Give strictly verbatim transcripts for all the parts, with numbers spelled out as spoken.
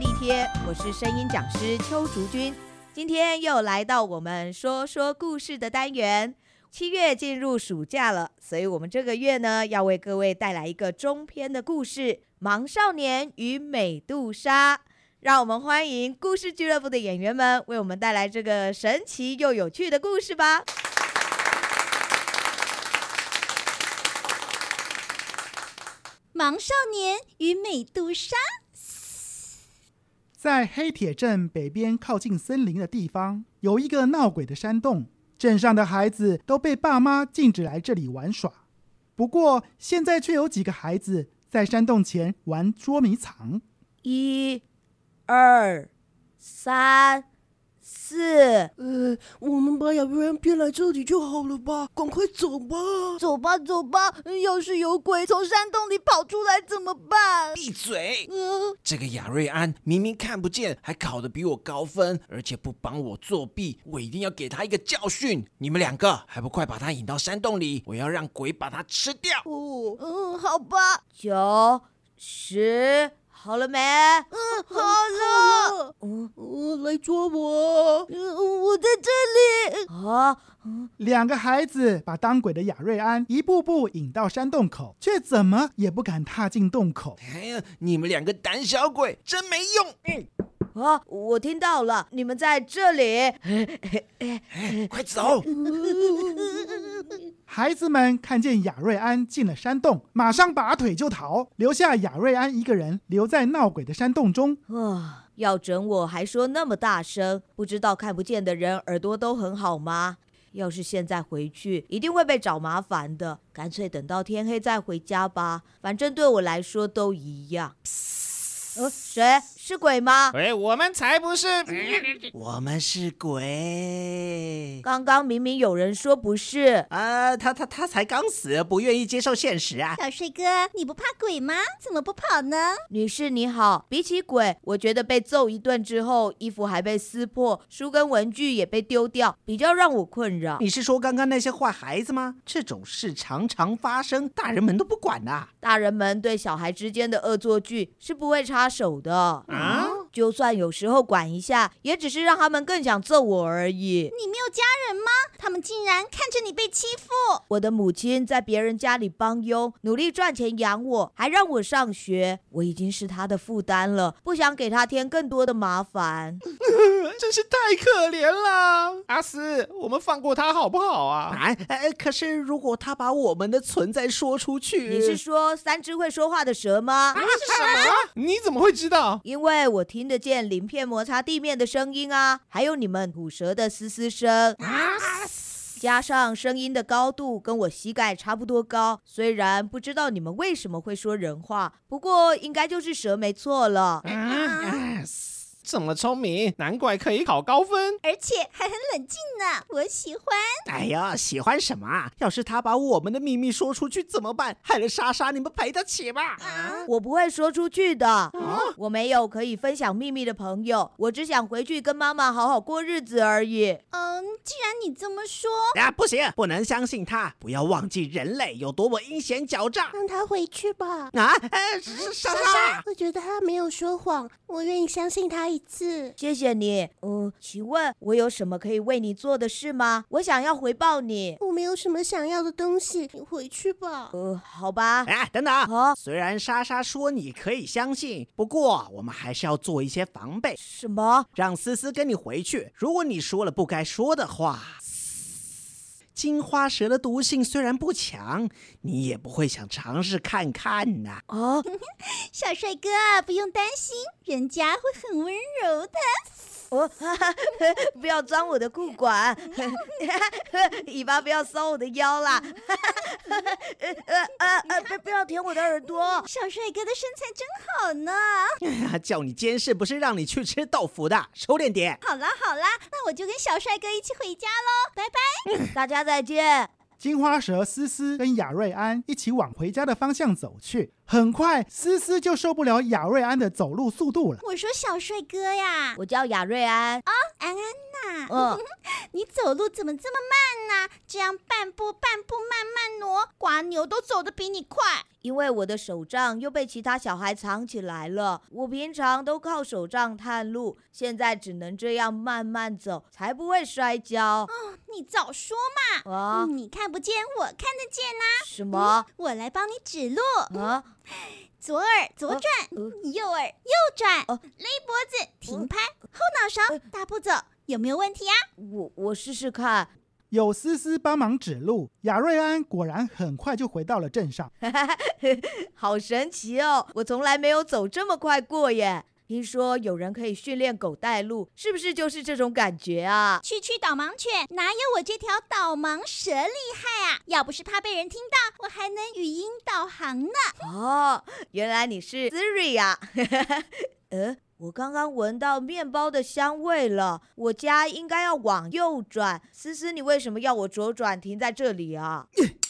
力贴，我是声音讲师邱竹君。今天又来到我们说说故事的单元。七月进入暑假了，所以我们这个月呢，要为各位带来一个中篇的故事《盲少年与美杜莎》。让我们欢迎故事俱乐部的演员们为我们带来这个神奇又有趣的故事吧。 盲少年与美杜莎。 在黑铁镇北边靠近森林的地方，有一个闹鬼的山洞，镇上的孩子都被爸妈禁止来这里玩耍。不过现在却有几个孩子在山洞前玩捉迷藏。 一、二、三、四。 呃，我们把亚瑞安骗来这里就好了吧？赶快走吧！ 走吧，走吧！要是有鬼从山洞里跑出来怎么办？ 闭嘴！ 呃， 这个亚瑞安明明看不见，还考得比我高分，而且不帮我作弊，我一定要给他一个教训！你们两个还不快把他引到山洞里，我要让鬼把他吃掉！ 哦，嗯，好吧。 九、十，好了没？ 嗯，好了。 嗯呃，来抓我！ 呃，我在这里。 啊， 两个孩子把当鬼的亚瑞安一步步引到山洞口，却怎么也不敢踏进洞口。 哎呀，你们两个胆小鬼，真没用！嗯啊，我听到了，你们在这里。 快走！ 孩子们看见亚瑞安进了山洞，马上拔腿就逃，留下亚瑞安一个人留在闹鬼的山洞中。 啊，要整我还说那么大声，不知道看不见的人耳朵都很好吗？要是现在回去，一定会被找麻烦的。干脆等到天黑再回家吧，反正对我来说都一样。呃，谁？是鬼吗？ 喂，我们才不是！ 我们是鬼。 刚刚明明有人说不是。 啊，他他他才刚死，不愿意接受现实啊！ 小帅哥，你不怕鬼吗？怎么不跑呢？ 女士你好，比起鬼，我觉得被揍一顿之后，衣服还被撕破，书跟文具也被丢掉，比较让我困扰。 你是说刚刚那些坏孩子吗？这种事常常发生，大人们都不管啊！ 大人们对小孩之间的恶作剧是不会插手的啊！ 就算有时候管一下，也只是让他们更想揍我而已。 你没有家人吗？他们竟然看着你被欺负。 我的母亲在别人家里帮佣，努力赚钱养我，还让我上学，我已经是她的负担了，不想给她添更多的麻烦。 真是太可怜了，阿斯，我们放过他好不好啊？ 啊，呃，可是如果他把我们的存在说出去， 你是说三只会说话的蛇吗？ 啊，是什么？你怎么会知道？ 因为我听得见鳞片摩擦地面的声音啊，还有你们吐舌的嘶嘶声啊，加上声音的高度跟我膝盖差不多高。虽然不知道你们为什么会说人话，不过应该就是蛇没错了。 啊，这么聪明，难怪可以考高分， 而且还很冷静呢，我喜欢。 哎呀，喜欢什么啊？要是他把我们的秘密说出去怎么办？害了莎莎，你们赔得起吗？ 啊， 我不会说出去的、啊、我没有可以分享秘密的朋友，我只想回去跟妈妈好好过日子而已。 嗯，既然你这么说， 啊，不行，不能相信他，不要忘记人类有多么阴险狡诈。 让他回去吧。 啊，呃，莎莎， 我觉得他没有说谎，我愿意相信他一次。 谢谢你。嗯，请问我有什么可以为你做的事吗？我想要回报你。 我没有什么想要的东西，你回去吧。 呃，好吧。 哎，等等， 啊， 虽然莎莎说你可以相信，不过我们还是要做一些防备。 什么？ 让思思跟你回去，如果你说了不该说的话，金花蛇的毒性虽然不强，你也不会想尝试看看呐、 啊。 哦，小帅哥不用担心，人家会很温柔的。 哦，不要钻我的裤管，尾巴不要搔我的腰啦，呃呃呃，不不要舔我的耳朵。 小帅哥的身材真好呢。 哎呀，叫你监视不是让你去吃豆腐的，收敛点。 好啦好啦，那我就跟小帅哥一起回家喽，拜拜。 大家再见。 金花蛇思思跟亚瑞安一起往回家的方向走去。 很快，思思就受不了亚瑞安的走路速度了。 我说小帅哥呀， 我叫亚瑞安。 哦，安安呐， 嗯， 你走路怎么这么慢呢、啊？这样半步半步慢慢挪，瓜牛都走得比你快。 因为我的手杖又被其他小孩藏起来了，我平常都靠手杖探路，现在只能这样慢慢走，才不会摔跤。 哦，你早说嘛！ 啊， 你看不见，我看得见啊。 什么？ 嗯、我来帮你指路。 啊， 左耳左转，呃呃、右耳右转，呃、勒脖子，停拍，呃、后脑勺，呃、大步走，有没有问题啊？ 我我试试看。 有思思帮忙指路，亚瑞安果然很快就回到了镇上。 好神奇哦，我从来没有走这么快过耶。听说有人可以训练狗带路，是不是就是这种感觉啊？ 区区导盲犬哪有我这条导盲蛇厉害啊？要不是怕被人听到，我还能语音导航呢。 哦，原来你是 Siri 呀、啊。呃我刚刚闻到面包的香味了，我家应该要往右转。思思，你为什么要我左转停在这里啊？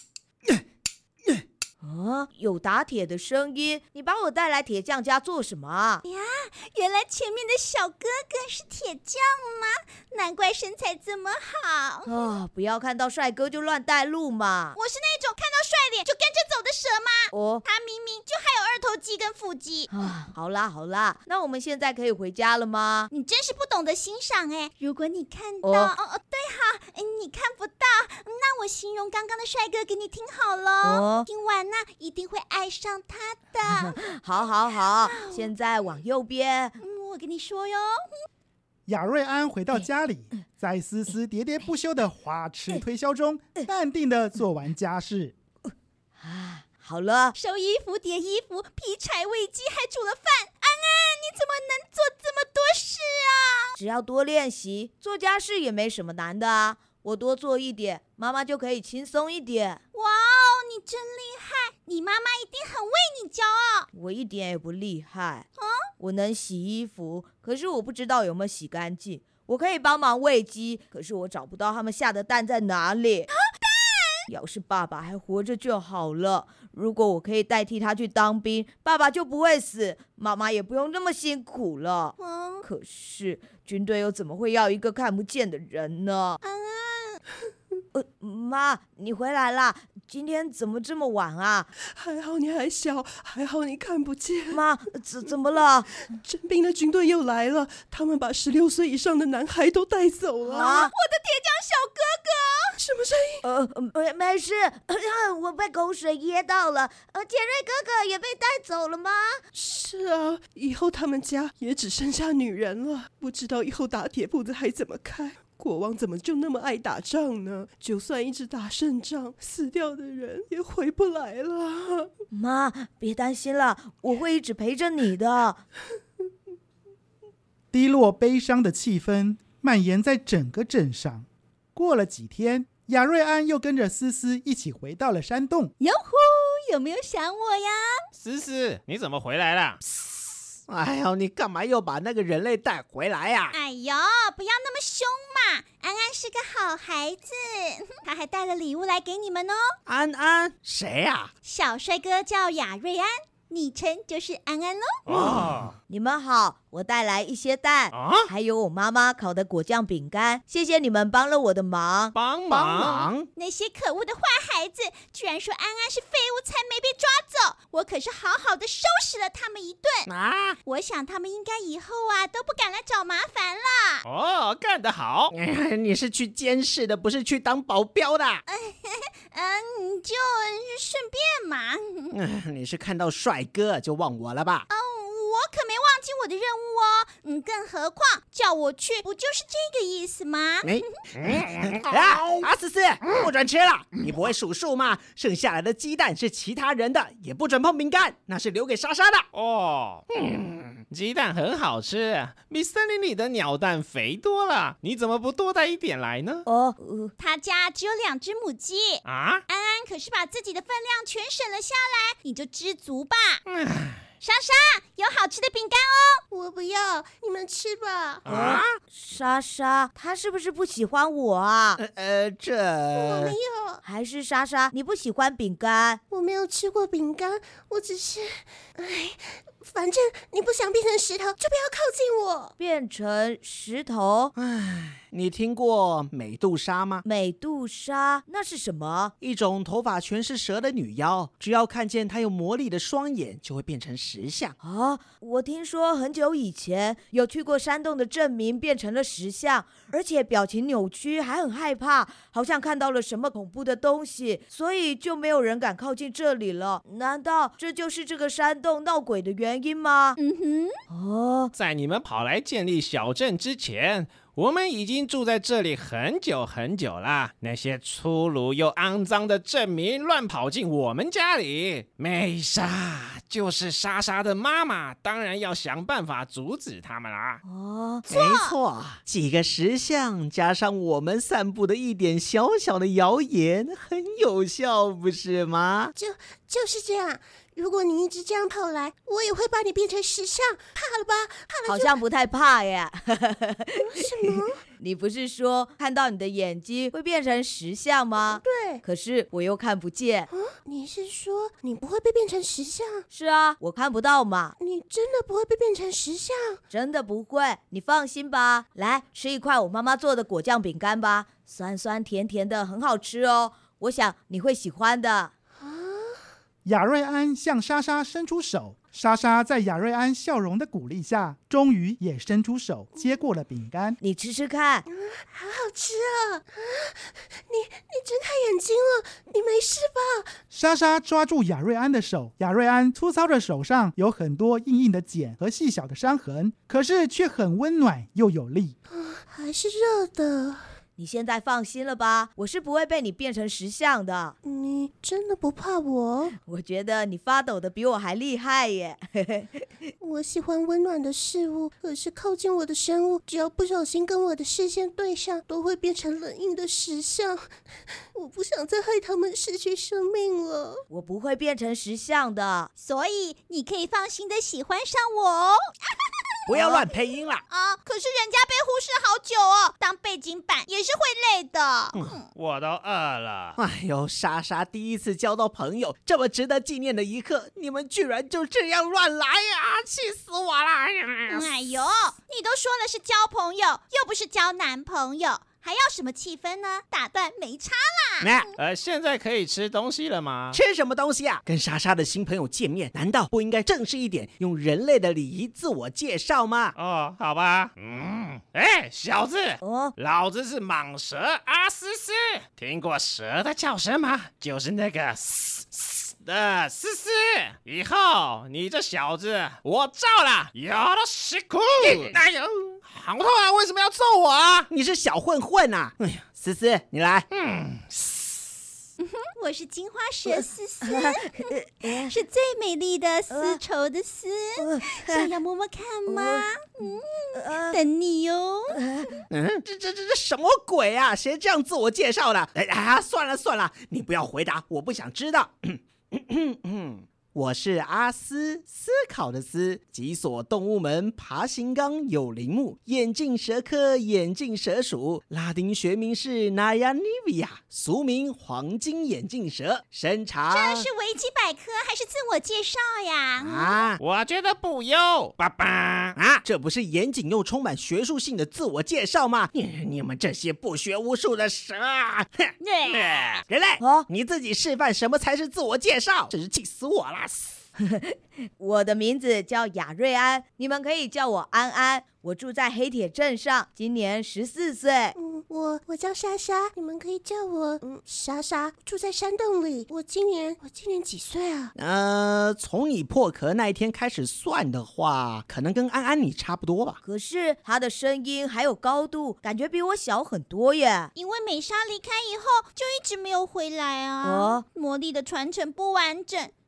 啊，有打铁的声音，你把我带来铁匠家做什么啊？ 呀，原来前面的小哥哥是铁匠吗？难怪身材这么好啊！不要看到帅哥就乱带路嘛。 我是那种看到帅脸就跟着走的蛇吗？ 哦， 他明明就还有二头肌跟腹肌啊！好啦好啦，那我们现在可以回家了吗？ 你真是不懂得欣赏哎！如果你看到，哦哦对哈，你看不到，那我形容刚刚的帅哥给你听好了。哦，听完呢一定会爱上他的。 好好好，现在往右边。 嗯，我跟你说哟。 亚瑞安回到家里，在思思喋喋不休的花痴推销中，淡定的做完家事。 啊，好了， 收衣服、叠衣服、劈柴喂鸡，还煮了饭。安安，你怎么能做这么多事啊？ 只要多练习，做家事也没什么难的啊。我多做一点，妈妈就可以轻松一点。 哇哦，你真厉害！你妈妈一定很为你骄傲。 我一点也不厉害。 啊？ 我能洗衣服，可是我不知道有没有洗干净。我可以帮忙喂鸡，可是我找不到他们下的蛋在哪里。 啊，蛋！ 要是爸爸还活着就好了。如果我可以代替他去当兵，爸爸就不会死，妈妈也不用那么辛苦了。 嗯， 可是军队又怎么会要一个看不见的人呢？ 安安。 呃，妈，你回来啦！今天怎么这么晚啊？ 还好你还小，还好你看不见。 妈，怎怎么了？ 征兵的军队又来了，他们把十六岁以上的男孩都带走了。 啊！ 我的铁匠小哥哥！ 什么声音？ 呃，没没事，我被口水噎到了。呃，杰瑞哥哥也被带走了吗？ 是啊，以后他们家也只剩下女人了，不知道以后打铁铺子还怎么开。国王怎么就那么爱打仗呢？就算一直打胜仗，死掉的人也回不来了。 妈，别担心了，我会一直陪着你的。 低落悲伤的气氛蔓延在整个镇上。过了几天，亚瑞安又跟着思思一起回到了山洞。 哟呼，有没有想我呀？ 思思，你怎么回来了？ 哎呦，你干嘛又把那个人类带回来呀、啊？ 哎呦，不要那么凶嘛！安安是个好孩子，他还带了礼物来给你们哦。 安安？谁呀、啊？ 小帅哥叫亚瑞安，昵称就是安安喽。 哦， 你们好，我带来一些蛋， 啊、 还有我妈妈烤的果酱饼干，谢谢你们帮了我的忙。 帮忙？ 帮忙？ 那些可恶的坏孩子，居然说安安是废物，才没被抓走。我可是好好的收拾了他们一顿啊！ 我想他们应该以后啊都不敢来找麻烦了。 哦，干得好！ 哎、你是去监视的，不是去当保镖的。 嗯，就顺便嘛。 嗯，你是看到帅哥就忘我了吧？ 哦，我可没忘记我的任务哦。嗯，更何况叫我去，不就是这个意思吗？ 哎，啊，阿思思，不准吃了！你不会数数吗？剩下来的鸡蛋是其他人的，也不准碰饼干，那是留给莎莎的。 哦，嗯，鸡蛋很好吃，比森林里的鸟蛋肥多了。你怎么不多带一点来呢？ 哦，呃、 他家只有两只母鸡啊！ 安安可是把自己的分量全省了下来，你就知足吧。 嗯。 莎莎，有好吃的饼干哦。 我不要，你们吃吧。 啊，莎莎，她是不是不喜欢我啊？ 呃呃，这我没有， 还是莎莎你不喜欢饼干？ 我没有吃过饼干，我只是，哎，反正你不想变成石头，就不要靠近我。 变成石头？ 唉，你听过美杜莎吗？ 美杜莎那是什么？ 一种头发全是蛇的女妖，只要看见她有魔力的双眼，就会变成石像。 啊，我听说很久以前有去过山洞的镇民变成了石像，而且表情扭曲，还很害怕，好像看到了什么恐怖的东西，所以就没有人敢靠近这里了。难道这就是这个山洞闹鬼的原因吗？ 嗯哼， 哦， 在你们跑来建立小镇之前，我们已经住在这里很久很久啦。那些粗鲁又肮脏的镇民乱跑进我们家里，美莎就是莎莎的妈妈，当然要想办法阻止他们啦。 哦， 没错，几个石像加上我们散布的一点小小的谣言，很有效，不是吗？ 就就是这样。如果你一直这样跑来，我也会把你变成石像，怕了吧？怕了就。 好像不太怕呀。 什么？ 你不是说看到你的眼睛会变成石像吗？ 对。 可是我又看不见。 啊，你是说你不会被变成石像？ 是啊，我看不到嘛。 你真的不会被变成石像？ 真的不会，你放心吧。来，吃一块我妈妈做的果酱饼干吧，酸酸甜甜的，很好吃哦。我想你会喜欢的。 亚瑞安向莎莎伸出手，莎莎在亚瑞安笑容的鼓励下，终于也伸出手接过了饼干。 你吃吃看。 嗯，好好吃啊！啊，你你睁开眼睛了，你没事吧？ 莎莎抓住亚瑞安的手，亚瑞安粗糙的手上有很多硬硬的茧和细小的伤痕，可是却很温暖又有力。 啊，还是热的。 你现在放心了吧？我是不会被你变成石像的。 你真的不怕我？ 我觉得你发抖的比我还厉害耶。 我喜欢温暖的事物，可是靠近我的生物，只要不小心跟我的视线对上，都会变成冷硬的石像。我不想再害他们失去生命了。 我不会变成石像的， 所以你可以放心的喜欢上我哦。 不要乱配音啦！ 啊，可是人家被忽视好久哦，当背景板也是会累的。 嗯，我都饿了。 哎呦，莎莎第一次交到朋友，这么值得纪念的一刻，你们居然就这样乱来呀！气死我了！ 哎呦，你都说了是交朋友，又不是交男朋友，还要什么气氛呢？打断没差啦。 呃，现在可以吃东西了吗？ 吃什么东西啊？跟莎莎的新朋友见面，难道不应该正式一点，用人类的礼仪自我介绍吗？ 哦，好吧。嗯，哎，小子， 哦， 老子是蟒蛇阿思思，听过蛇的叫声吗？就是那个嘶嘶的思思。以后你这小子，我照了，有了辛苦。哎呦，好痛啊！为什么要揍我啊？ 你是小混混啊！哎呀，思思，你来。 嗯。 我是金花蛇思思，是最美丽的丝绸的丝，想要摸摸看吗？嗯，等你哟。 嗯，这这这这什么鬼啊？谁这样自我介绍的？哎啊，算了算了，你不要回答，我不想知道。我是阿思，思考的思，脊索动物门爬行纲有鳞目，眼镜蛇科眼镜蛇属，拉丁学名是 Nyanivia， 俗名黄金眼镜蛇，身长。 这是维基百科还是自我介绍呀？ 啊， 我觉得不优，爸爸啊，这不是严谨又充满学术性的自我介绍吗？你, 你们这些不学无术的蛇！ 对， 人类， 哦， 你自己示范什么才是自我介绍，真是气死我了！ 我的名字叫亚瑞安，你们可以叫我安安。我住在黑铁镇上，今年十四岁。 嗯，我我叫莎莎，你们可以叫我嗯莎莎。住在山洞里，我今年我今年几岁啊？ 呃，从你破壳那一天开始算的话，可能跟安安你差不多吧。 可是他的声音还有高度，感觉比我小很多耶。 因为美莎离开以后就一直没有回来啊。 哦， 魔力的传承不完整。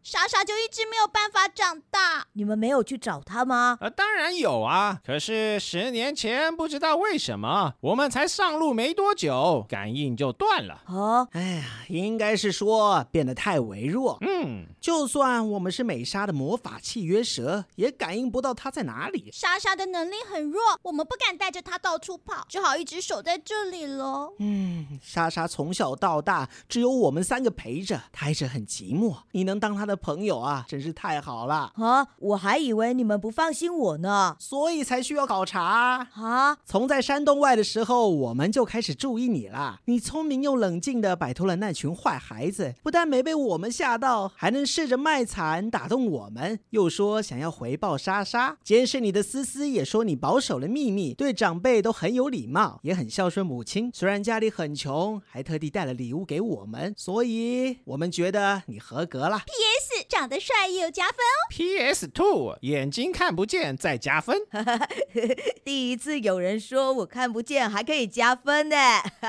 莎莎就一直没有办法长大。 你们没有去找她吗？ 呃，当然有啊，可是十年前不知道为什么，我们才上路没多久，感应就断了。 啊， 哎呀，应该是说变得太微弱。 嗯， 就算我们是美莎的魔法契约蛇，也感应不到她在哪里。 莎莎的能力很弱，我们不敢带着她到处跑，只好一直守在这里了。 嗯，莎莎从小到大只有我们三个陪着，她一直很寂寞。你能当她的朋友啊，真是太好了。 啊，我还以为你们不放心我呢， 所以才需要考察啊。 从在山洞外的时候，我们就开始注意你了。你聪明又冷静地摆脱了那群坏孩子，不但没被我们吓到，还能试着卖惨打动我们，又说想要回报莎莎。监视你的思思也说你保守了秘密，对长辈都很有礼貌，也很孝顺母亲。虽然家里很穷，还特地带了礼物给我们，所以我们觉得你合格了。 P S 长得帅也有加分哦。 P S 二 眼睛看不见再加分。 第一次有人说我看不见还可以加分呢。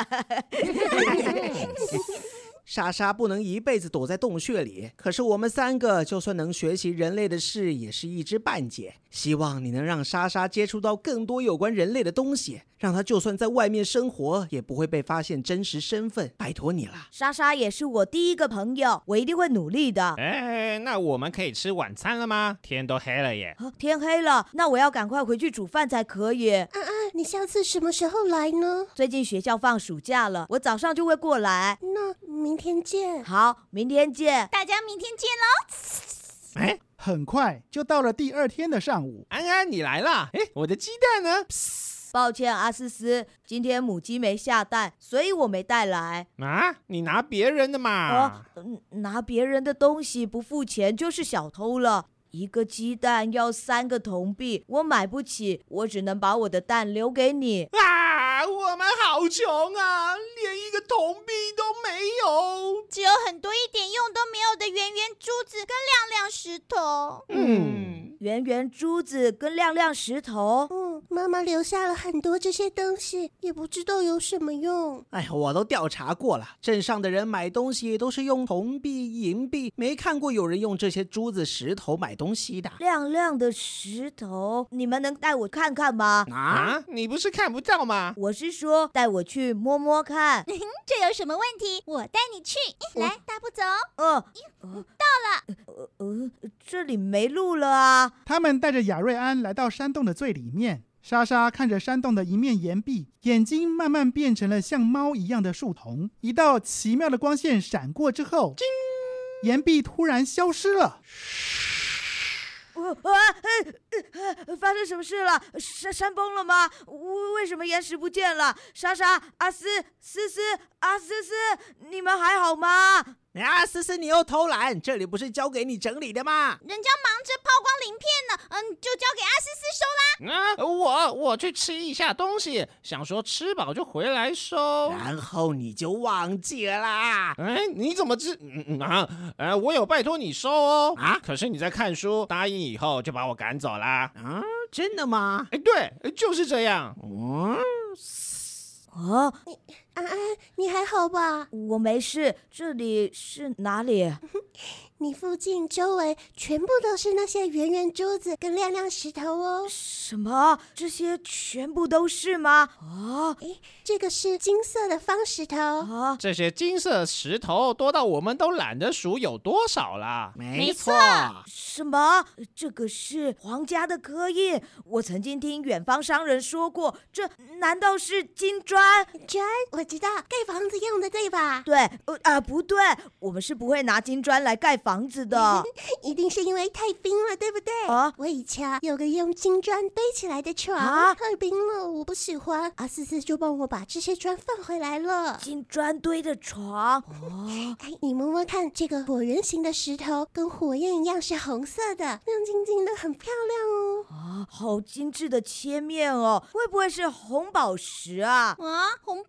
莎莎不能一辈子躲在洞穴里，可是我们三个就算能学习人类的事，也是一知半解。希望你能让莎莎接触到更多有关人类的东西，让她就算在外面生活，也不会被发现真实身份。拜托你了。 莎莎也是我第一个朋友，我一定会努力的。 哎，那我们可以吃晚餐了吗？天都黑了耶。 啊，天黑了，那我要赶快回去煮饭才可以。 啊啊，你下次什么时候来呢？ 最近学校放暑假了，我早上就会过来。 那明天见。 好，明天见。 大家明天见喽。 哎， 很快就到了第二天的上午。 安安，你来啦！哎，我的鸡蛋呢？ 抱歉，阿思思，今天母鸡没下蛋，所以我没带来。 啊，你拿别人的嘛？ 哦，拿别人的东西不付钱就是小偷了。一个鸡蛋要三个铜币，我买不起，我只能把我的蛋留给你。 啊，我们好穷啊，连一个铜币都没有， 只有很多一点用都没有的圆圆珠子跟亮亮石头。 嗯， 圆圆珠子跟亮亮石头。 嗯，妈妈留下了很多这些东西，也不知道有什么用。 哎呀，我都调查过了，镇上的人买东西都是用铜币、银币，没看过有人用这些珠子、石头买东西的。 亮亮的石头，你们能带我看看吗？ 啊，你不是看不到吗？ 我是说带我去摸摸看。 这有什么问题？我带你去。来，大步走。 哦， 呃、到了。 呃呃，这里没路了啊。 他们带着亚瑞安来到山洞的最里面。莎莎看着山洞的一面岩壁，眼睛慢慢变成了像猫一样的树瞳。一道奇妙的光线闪过之后，岩壁突然消失了。 啊呃呃！发生什么事了？山山崩了吗？为什么岩石不见了？莎莎、阿思、思思、阿思思，你们还好吗？ 啊，思思，你又偷懒，这里不是交给你整理的吗？ 人家忙着抛光鳞片呢，嗯，就交给阿思思收啦。 啊，我我去吃一下东西，想说吃饱就回来收， 然后你就忘记了啦。 哎，你怎么知？嗯嗯啊，呃，我有拜托你收哦。啊，可是你在看书，答应以后就把我赶走啦。 啊，真的吗？ 哎，对，就是这样。 嗯。 哦， 安安，你还好吧？ 我没事。这里是哪里？ 你附近周围全部都是那些圆圆珠子跟亮亮石头哦。 什么？这些全部都是吗？哦， 诶，这个是金色的方石头。 啊， 这些金色石头多到我们都懒得数有多少啦。 没错。 什么？这个是皇家的刻印？我曾经听远方商人说过，这难道是金砖？ 砖，我知道，盖房子用的，对吧？ 对，呃啊，不对，我们是不会拿金砖来盖房子的。 一定是因为太冰了，对不对？ 啊， 我以前有个用金砖堆起来的床， 啊， 太冰了，我不喜欢。阿思思就帮我把这些砖放回来了。 金砖堆的床。哦， 哎，你摸摸看，这个椭圆形的石头跟火焰一样是红色的，亮晶晶的，很漂亮哦。 啊，好精致的切面哦，会不会是红宝石啊？ 啊，红宝石很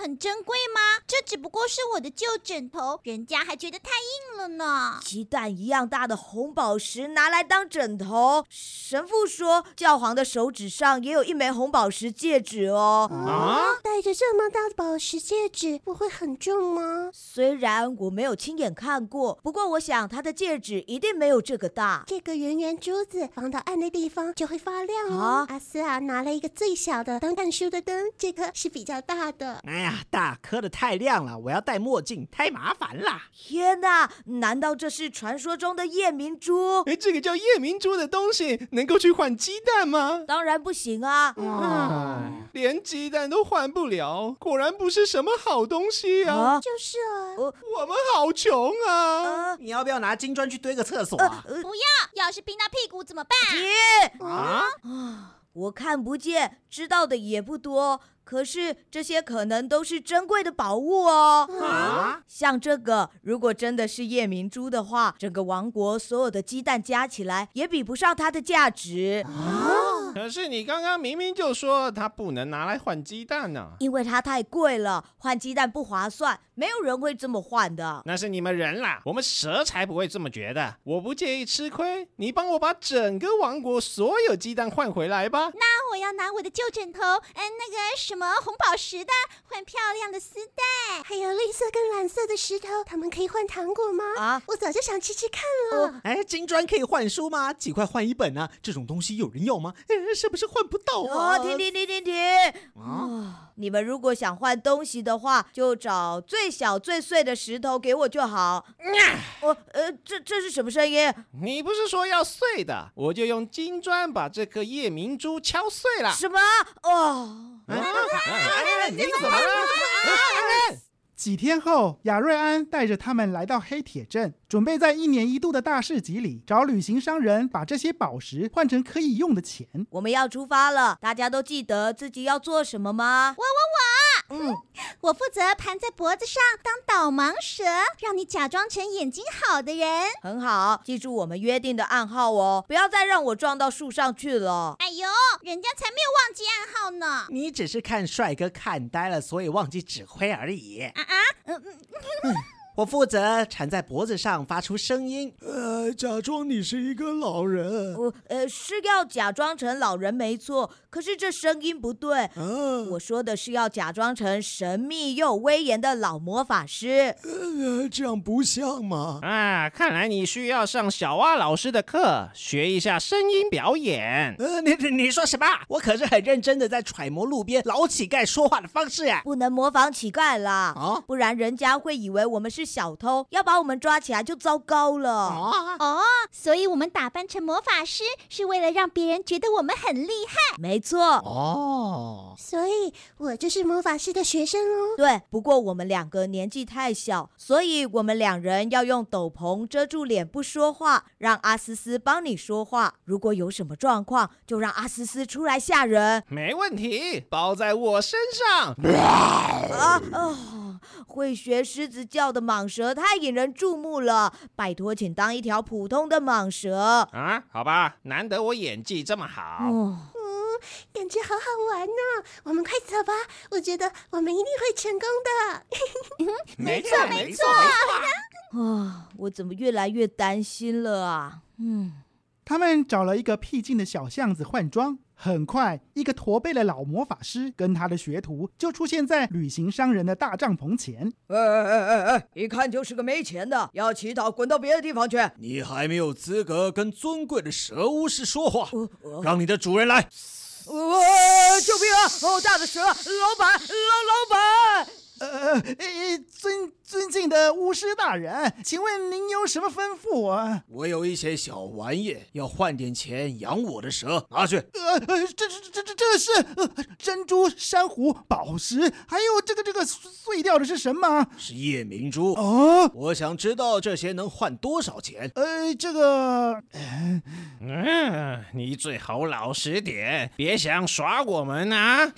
很珍贵吗？这只不过是我的旧枕头，人家还觉得太硬了呢。 鸡蛋一样大的红宝石拿来当枕头，神父说教皇的手指上也有一枚红宝石戒指哦。 啊， 戴着这么大的宝石戒指，不会很重吗？ 虽然我没有亲眼看过，不过我想他的戒指一定没有这个大。 这个圆圆珠子放到暗的地方就会发亮哦。 啊阿斯啊，拿了一个最小的当看书的灯，这个是比较大的。 哎呀，大颗的太亮了，我要戴墨镜，太麻烦了。 天哪，难道这是传说中的夜明珠？ 哎，这个叫夜明珠的东西能够去换鸡蛋吗？ 当然不行啊！ 哎，连鸡蛋都换不了，果然不是什么好东西啊！ 啊就是啊， 我们好穷啊！ 啊你要不要拿金砖去堆个厕所啊？ 呃不要，要是冰到屁股怎么办？ 爹啊， 啊！我看不见，知道的也不多，可是这些可能都是珍贵的宝物哦。 啊？ 像这个，如果真的是夜明珠的话，整个王国所有的鸡蛋加起来也比不上它的价值。 可是你刚刚明明就说它不能拿来换鸡蛋呢、 因为它太贵了，换鸡蛋不划算，没有人会这么换的。 那是你们人啦，我们蛇才不会这么觉得。我不介意吃亏，你帮我把整个王国所有鸡蛋换回来吧。 那我要拿我的旧枕头，嗯，那个什么红宝石的，换漂亮的丝带。 还有绿色跟蓝色的石头，它们可以换糖果吗？ 啊， 我早就想吃吃看了。 哎，金砖可以换书吗？几块换一本啊？这种东西有人要吗？哎，是不是换不到啊？ 哦，停停停停停！ 啊！ 啊，你们如果想换东西的话，就找最小最碎的石头给我就好。我呃，这这是什么声音？ 你不是说要碎的，我就用金砖把这颗夜明珠敲碎了。 什么？哦， 啊哎你怎么了？ 几天后，亚瑞安带着他们来到黑铁镇，准备在一年一度的大市集里找旅行商人，把这些宝石换成可以用的钱。 我们要出发了，大家都记得自己要做什么吗？ 我我我， 嗯， 我负责盘在脖子上当导盲蛇，让你假装成眼睛好的人。 很好，记住我们约定的暗号哦，不要再让我撞到树上去了。 哎呦，人家才没有忘记暗号呢。 你只是看帅哥看呆了，所以忘记指挥而已。 啊啊，嗯嗯。 我负责缠在脖子上发出声音，呃，假装你是一个老人。 我呃是要假装成老人没错，可是这声音不对。 啊， 我说的是要假装成神秘又有威严的老魔法师。 呃，这样不像嘛。 啊，看来你需要上小蛙老师的课，学一下声音表演。 呃，你你你说什么？我可是很认真的在揣摩路边老乞丐说话的方式哎。 不能模仿乞丐啦， 啊不然人家会以为我们是小偷，要把我们抓起来就糟糕了。 啊， 哦，所以我们打扮成魔法师，是为了让别人觉得我们很厉害。 没错， 哦， 所以我就是魔法师的学生哦。 对。不过我们两个年纪太小，所以我们两人要用斗篷遮住脸不说话，让阿思思帮你说话。如果有什么状况，就让阿思思出来吓人。 没问题，包在我身上。 啊哦，会学狮子叫的蟒蛇太引人注目了，拜托，请当一条普通的蟒蛇。 啊，好吧，难得我演技这么好。 哦， 感觉好好玩呢、我们快走吧，我觉得我们一定会成功的。 没错，没错。 啊，我怎么越来越担心了啊？嗯。 他们找了一个僻静的小巷子换装，很快，一个驼背的老魔法师跟他的学徒就出现在旅行商人的大帐篷前。 哎哎哎哎，一看就是个没钱的，要乞讨滚到别的地方去。 你还没有资格跟尊贵的蛇巫师说话， 呃呃让你的主人来。 呃，救命啊！好大的蛇，老板，老老板。 呃，呃尊尊敬的巫师大人，请问您有什么吩咐啊？ 我有一些小玩意，要换点钱养我的蛇，拿去。 呃呃，这这这这这是呃珍珠、珊瑚、宝石，还有这个这个碎掉的是什么？ 是夜明珠。 哦， 我想知道这些能换多少钱。 呃，这个，呃、 嗯，你最好老实点，别想耍我们啊！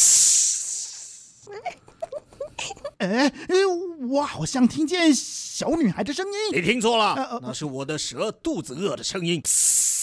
哎，我好像听见小女孩的声音。 你听错了， 呃呃那是我的蛇肚子饿的声音。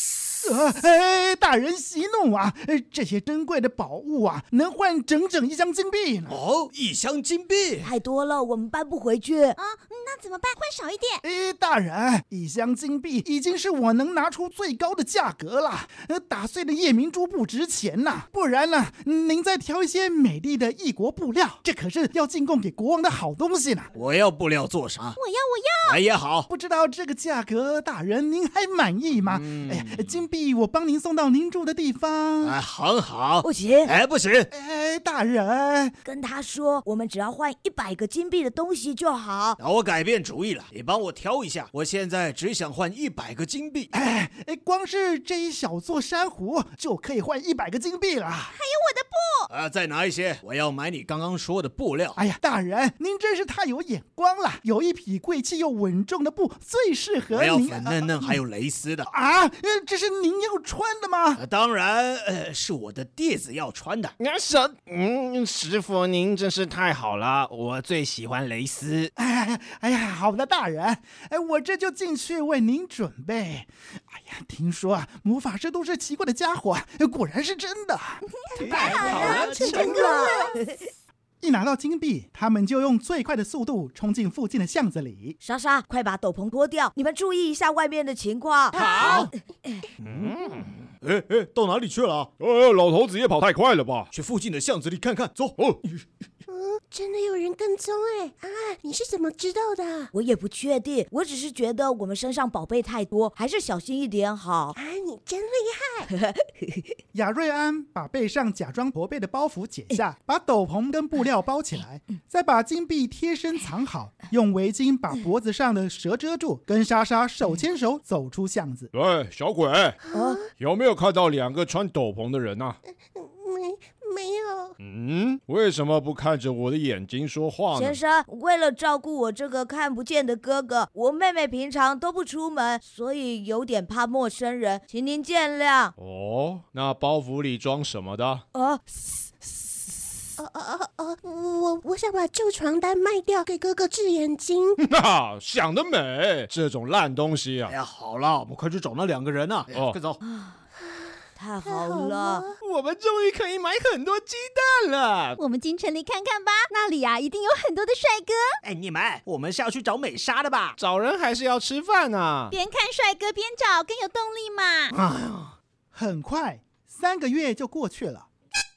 呃，哎，大人息怒啊！这些珍贵的宝物啊，能换整整一箱金币呢。 哦，一箱金币太多了，我们搬不回去。 啊，那怎么办？换少一点。 哎，大人，一箱金币已经是我能拿出最高的价格了。呃，打碎的夜明珠不值钱呐，不然呢，您再挑一些美丽的异国布料，这可是要进贡给国王的好东西呢。 我要布料做啥？ 我要，我要。 哎也好， 不知道这个价格，大人您还满意吗？ 嗯、 哎呀，金币我帮您送到您住的地方。 哎，很好。 不行， 哎，不行。 哎，大人， 跟他说，我们只要换一百个金币的东西就好。 那我改变主意了，你帮我挑一下，我现在只想换一百个金币。 哎，光是这一小座珊瑚就可以换一百个金币了。还有我的布。 啊，再拿一些，我要买你刚刚说的布料。 哎呀，大人，您真是太有眼光了，有一匹贵气又稳重的布最适合您。 我要粉嫩嫩还有蕾丝的。 啊，这是您要穿的吗？ 啊、当然，呃，是我的弟子要穿的。 那什，嗯，师傅您真是太好了，我最喜欢蕾丝。 哎，哎呀，好的，大人，哎，我这就进去为您准备。哎呀，听说啊，魔法师都是奇怪的家伙，果然是真的。 太好了， 成功了！ 一拿到金币，他们就用最快的速度冲进附近的巷子里。 莎莎，快把斗篷脱掉，你们注意一下外面的情况。 好。 嗯，哎哎，到哪里去了？ 呃，老头子也跑太快了吧？ 去附近的巷子里看看，走。哦。 嗯，真的有人跟踪哎！啊，你是怎么知道的？ 我也不确定，我只是觉得我们身上宝贝太多，还是小心一点好。 啊，你真厉害！ 亚瑞安把背上假装驼背的包袱解下，把斗篷跟布料包起来，再把金币贴身藏好，用围巾把脖子上的蛇遮住，跟莎莎手牵手走出巷子。 喂，小鬼， 啊， 有没有看到两个穿斗篷的人啊？ 没没有。 嗯，为什么不看着我的眼睛说话呢？ 先生，为了照顾我这个看不见的哥哥，我妹妹平常都不出门，所以有点怕陌生人，请您见谅。 哦，那包袱里装什么的？ 啊， 哦哦哦哦，我我想把旧床单卖掉，给哥哥治眼睛。 哈，想得美！这种烂东西啊！ 哎呀，好了，我们快去找那两个人啊！ 哦， 快走。 太好了， 我们终于可以买很多鸡蛋了。 我们进城里看看吧，那里啊一定有很多的帅哥。 哎，你们，我们是要去找美莎的吧？ 找人还是要吃饭啊。 边看帅哥边找，更有动力嘛。 哎呀， 很快，三个月就过去了。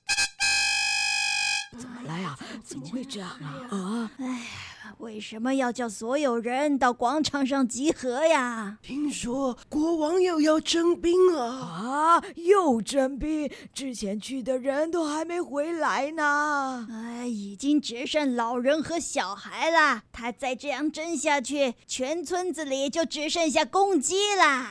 怎么了呀？怎么会这样啊？啊！ 哎，为什么要叫所有人到广场上集合呀？ 听说国王又要征兵啊！ 啊！又征兵，之前去的人都还没回来呢。 哎，已经只剩老人和小孩啦。他再这样征下去，全村子里就只剩下公鸡啦。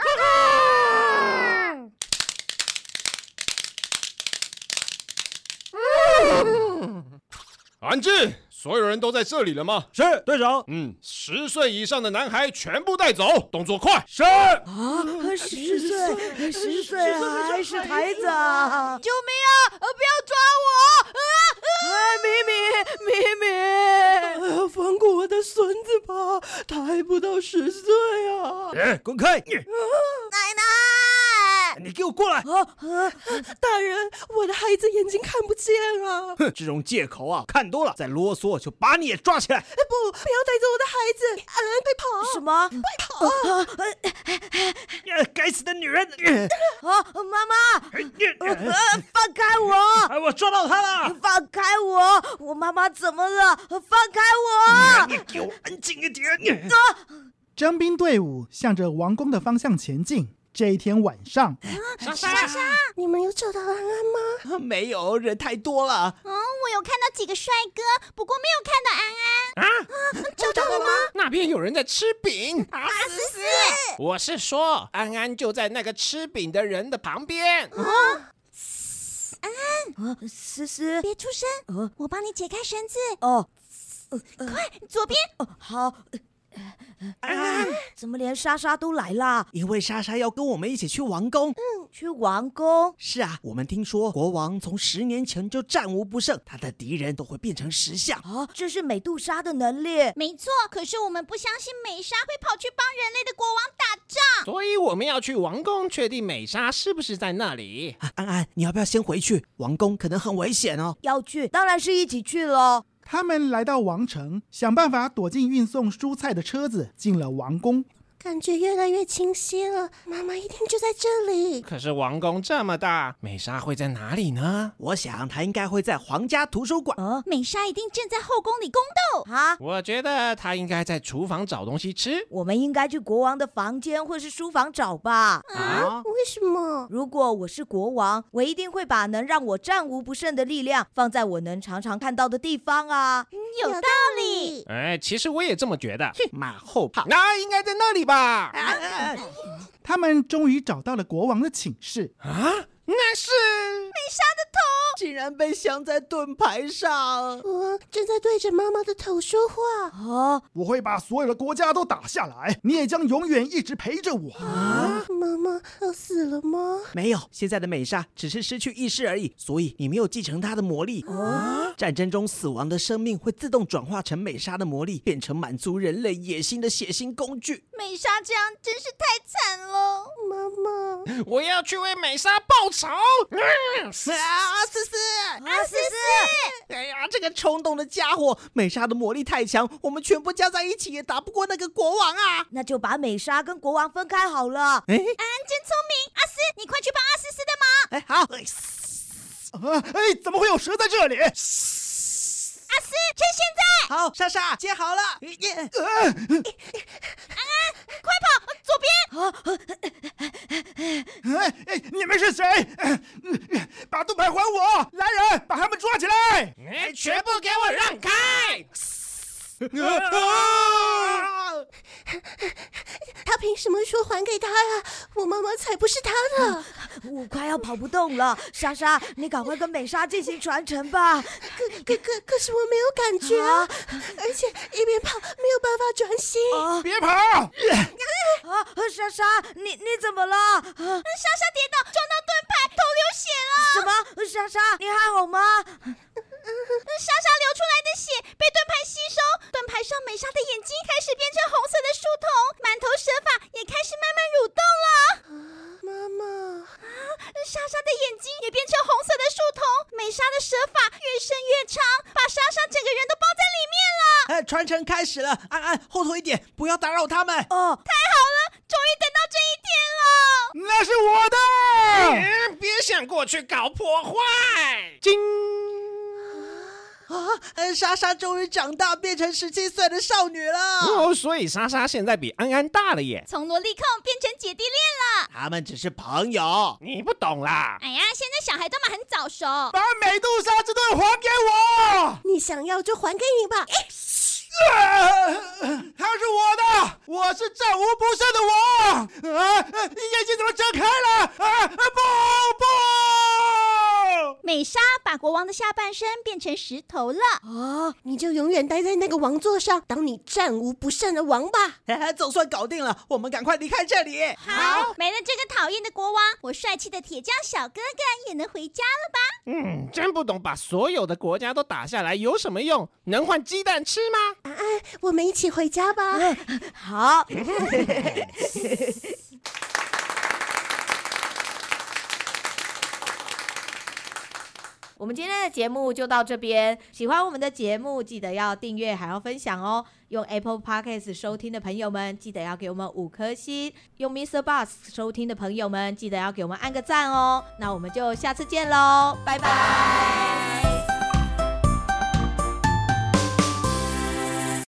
安静！所有人都在这里了吗？ 是队长。 嗯，十岁以上的男孩全部带走，动作快！ 是。 啊，十岁，十岁还是孩子啊！ 救命啊！不要抓我！啊啊！咪咪咪咪！ 哎呀，放过我的孙子吧，他还不到十岁啊！ 哎，滚开！ 奶奶！ 你给我过来！ 啊啊！ 大人，我的孩子眼睛看不见啊！ 哼，这种借口啊，看多了，再啰嗦就把你也抓起来！ 不，不要带走我的孩子！安安，快跑！ 什么？ 快跑！该死的女人！ 啊，妈妈！放开我！ 哎，我抓到他了！ 放开我！我妈妈怎么了？放开我！ 你给我安静一点！ 征兵队伍向着王宫的方向前进。这一天晚上， 莎莎莎， 你们有找到安安吗？ 没有，人太多了。 嗯，我有看到几个帅哥，不过没有看到安安。 啊？ 啊找到了吗？ 那边有人在吃饼。 阿思思， 我是说，安安就在那个吃饼的人的旁边。 啊，安安， 啊，思思， 别出声， 哦我帮你解开绳子。 哦， 快，左边。 哦，好。啊！怎么连莎莎都来啦？ 因为莎莎要跟我们一起去王宫。 嗯， 去王宫？ 是啊，我们听说国王从十年前就战无不胜，他的敌人都会变成石像。 啊，这是美杜莎的能力。 没错，可是我们不相信美莎会跑去帮人类的国王打仗， 所以我们要去王宫，确定美莎是不是在那里。 啊，安安，你要不要先回去？王宫可能很危险哦。 要去，当然是一起去咯。 他们来到王城，想办法躲进运送蔬菜的车子，进了王宫。 感觉越来越清晰了，妈妈一定就在这里。 可是王宫这么大，美莎会在哪里呢？ 我想她应该会在皇家图书馆。 啊，美莎一定正在后宫里宫斗啊！ 我觉得她应该在厨房找东西吃。 我们应该去国王的房间或是书房找吧。 啊？为什么？ 如果我是国王，我一定会把能让我战无不胜的力量放在我能常常看到的地方啊。 嗯、有道理。 哎，其实我也这么觉得。 马后炮， 那应该在那里吧。 啊、 他们终于找到了国王的寝室啊，那是美莎的头竟然被镶在盾牌上。 国王正在对着妈妈的头说话。 啊！ 我会把所有的国家都打下来，你也将永远一直陪着我。 啊！妈妈要死了吗？ 没有，现在的美莎只是失去意识而已，所以你没有继承她的魔力。 啊！ 战争中死亡的生命会自动转化成美莎的魔力，变成满足人类野心的血腥工具。 美莎这样真是太惨了， 妈妈！ 我要去为美莎报仇！ 啊，思思， 啊，思思！ 哎呀，这个冲动的家伙！美莎的魔力太强，我们全部加在一起也打不过那个国王啊！ 那就把美莎跟国王分开好了。 哎， 安安真聪明，阿斯，你快去帮阿思思的忙。 哎，好。 啊，哎，怎么会有蛇在这里？ 阿斯，趁现在！ 好，莎莎接好了。 安安，快跑，左边！ 哎哎，你们是谁？把盾牌还我！来人，把他们抓起来！ 哎，全部给我让开！ 他凭什么说还给他呀？我妈妈才不是他的。 我快要跑不动了，莎莎，你赶快跟美莎进行传承吧。 可可可可是我没有感觉啊，啊而且一边跑没有办法专心。 啊！ 别跑！ 啊，莎莎，你你怎么了？啊， 莎莎跌倒，撞到盾牌，头流血了。 什么？莎莎，你还好吗？ 莎莎流出来的血被盾牌吸收，盾牌上美莎的眼睛开始变成红色的树丛，满头蛇发也开始慢慢蠕动了。 妈妈， 啊，莎莎的眼睛也变成红色的树丛，美莎的蛇发越伸越长，把莎莎整个人都包在里面了。 哎，传承开始了，安安后退一点，不要打扰他们。 哦， 太好了，终于等到这一天了。 那是我的！ 嗯，别想过去搞破坏！金。 啊！莎莎终于长大，变成十七岁的少女了。 哦，所以莎莎现在比安安大了耶。 从萝莉控变成姐弟恋了。 他们只是朋友， 你不懂啦。 哎呀，现在小孩都嘛很早熟。 把美杜莎这顿还给我！ 你想要就还给你吧。 啊！他是我的，我是战无不胜的我！啊！眼睛怎么睁开了？啊！不不！ 美莎把国王的下半身变成石头了啊！你就永远待在那个王座上，当你战无不胜的王吧。 总算搞定了，我们赶快离开这里。 好，没了这个讨厌的国王，我帅气的铁匠小哥哥也能回家了吧？ 嗯，真不懂把所有的国家都打下来有什么用？能换鸡蛋吃吗？ 安安，我们一起回家吧。 好。我们今天的节目就到这边，喜欢我们的节目记得要订阅还要分享哦。用 Apple Podcast 收听的朋友们记得要给我们五颗星，用 Mister Bus 收听的朋友们记得要给我们按个赞哦。那我们就下次见咯，拜拜。